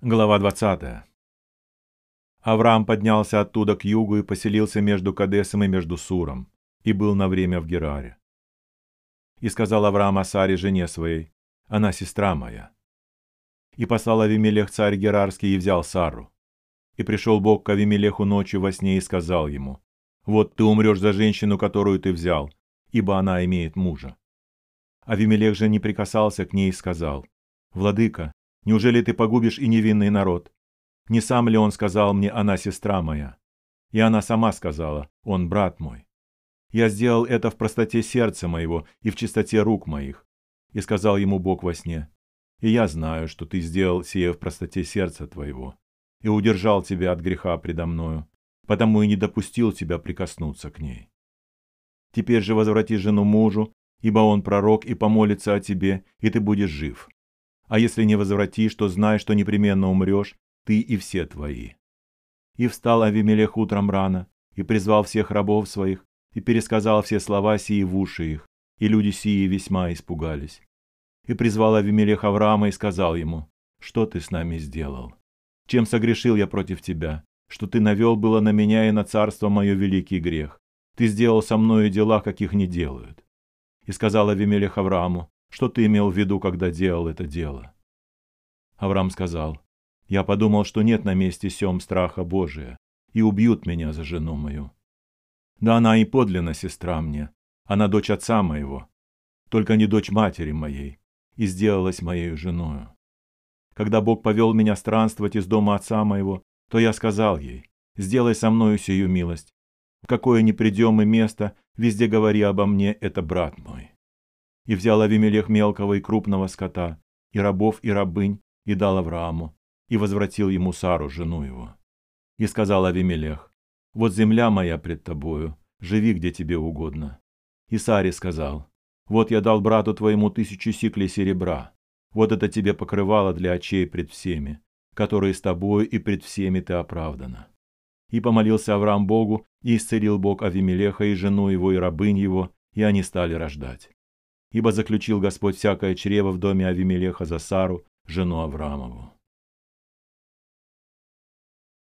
Глава 20. Авраам поднялся оттуда к югу и поселился между Кадесом и между Суром, и был на время в Гераре. И сказал Авраам о Саре, жене своей: «Она сестра моя». И послал Авимелех царь Герарский и взял Сару. И пришел Бог к Авимелеху ночью во сне и сказал ему: «Вот ты умрешь за женщину, которую ты взял, ибо она имеет мужа». Авимелех же не прикасался к ней и сказал: «Владыка, неужели ты погубишь и невинный народ? Не сам ли он сказал мне: она сестра моя? И она сама сказала: он брат мой. Я сделал это в простоте сердца моего и в чистоте рук моих. И сказал ему Бог во сне: и я знаю, что ты сделал сие в простоте сердца твоего, и удержал тебя от греха предо мною, потому и не допустил тебя прикоснуться к ней. Теперь же возврати жену мужу, ибо он пророк и помолится о тебе, и ты будешь жив. А если не возвратишь, то знай, что непременно умрешь, ты и все твои». И встал Авимелех утром рано, и призвал всех рабов своих, и пересказал все слова сии в уши их, и люди сии весьма испугались. И призвал Авимелех Авраама и сказал ему: «Что ты с нами сделал? Чем согрешил я против тебя, что ты навел было на меня и на царство мое великий грех? Ты сделал со мною дела, каких не делают». И сказал Авимелех Аврааму: «Что ты имел в виду, когда делал это дело?» Авраам сказал: «Я подумал, что нет на месте сем страха Божия, и убьют меня за жену мою. Да она и подлинно сестра мне, она дочь отца моего, только не дочь матери моей, и сделалась моею женою. Когда Бог повел меня странствовать из дома отца моего, то я сказал ей: сделай со мною сию милость. В какое ни придем и место, везде говори обо мне: это брат мой». И взял Авимелех мелкого и крупного скота, и рабов, и рабынь, и дал Аврааму, и возвратил ему Сару, жену его. И сказал Авимелех: «Вот земля моя пред тобою, живи, где тебе угодно». И Саре сказал: «Вот я дал брату твоему 1000 сиклей серебра, вот это тебе покрывало для очей пред всеми, которые с тобою, и пред всеми ты оправдана». И помолился Авраам Богу, и исцелил Бог Авимелеха и жену его, и рабынь его, и они стали рождать. Ибо заключил Господь всякое чрево в доме Авимелеха за Сару, жену Авраамову.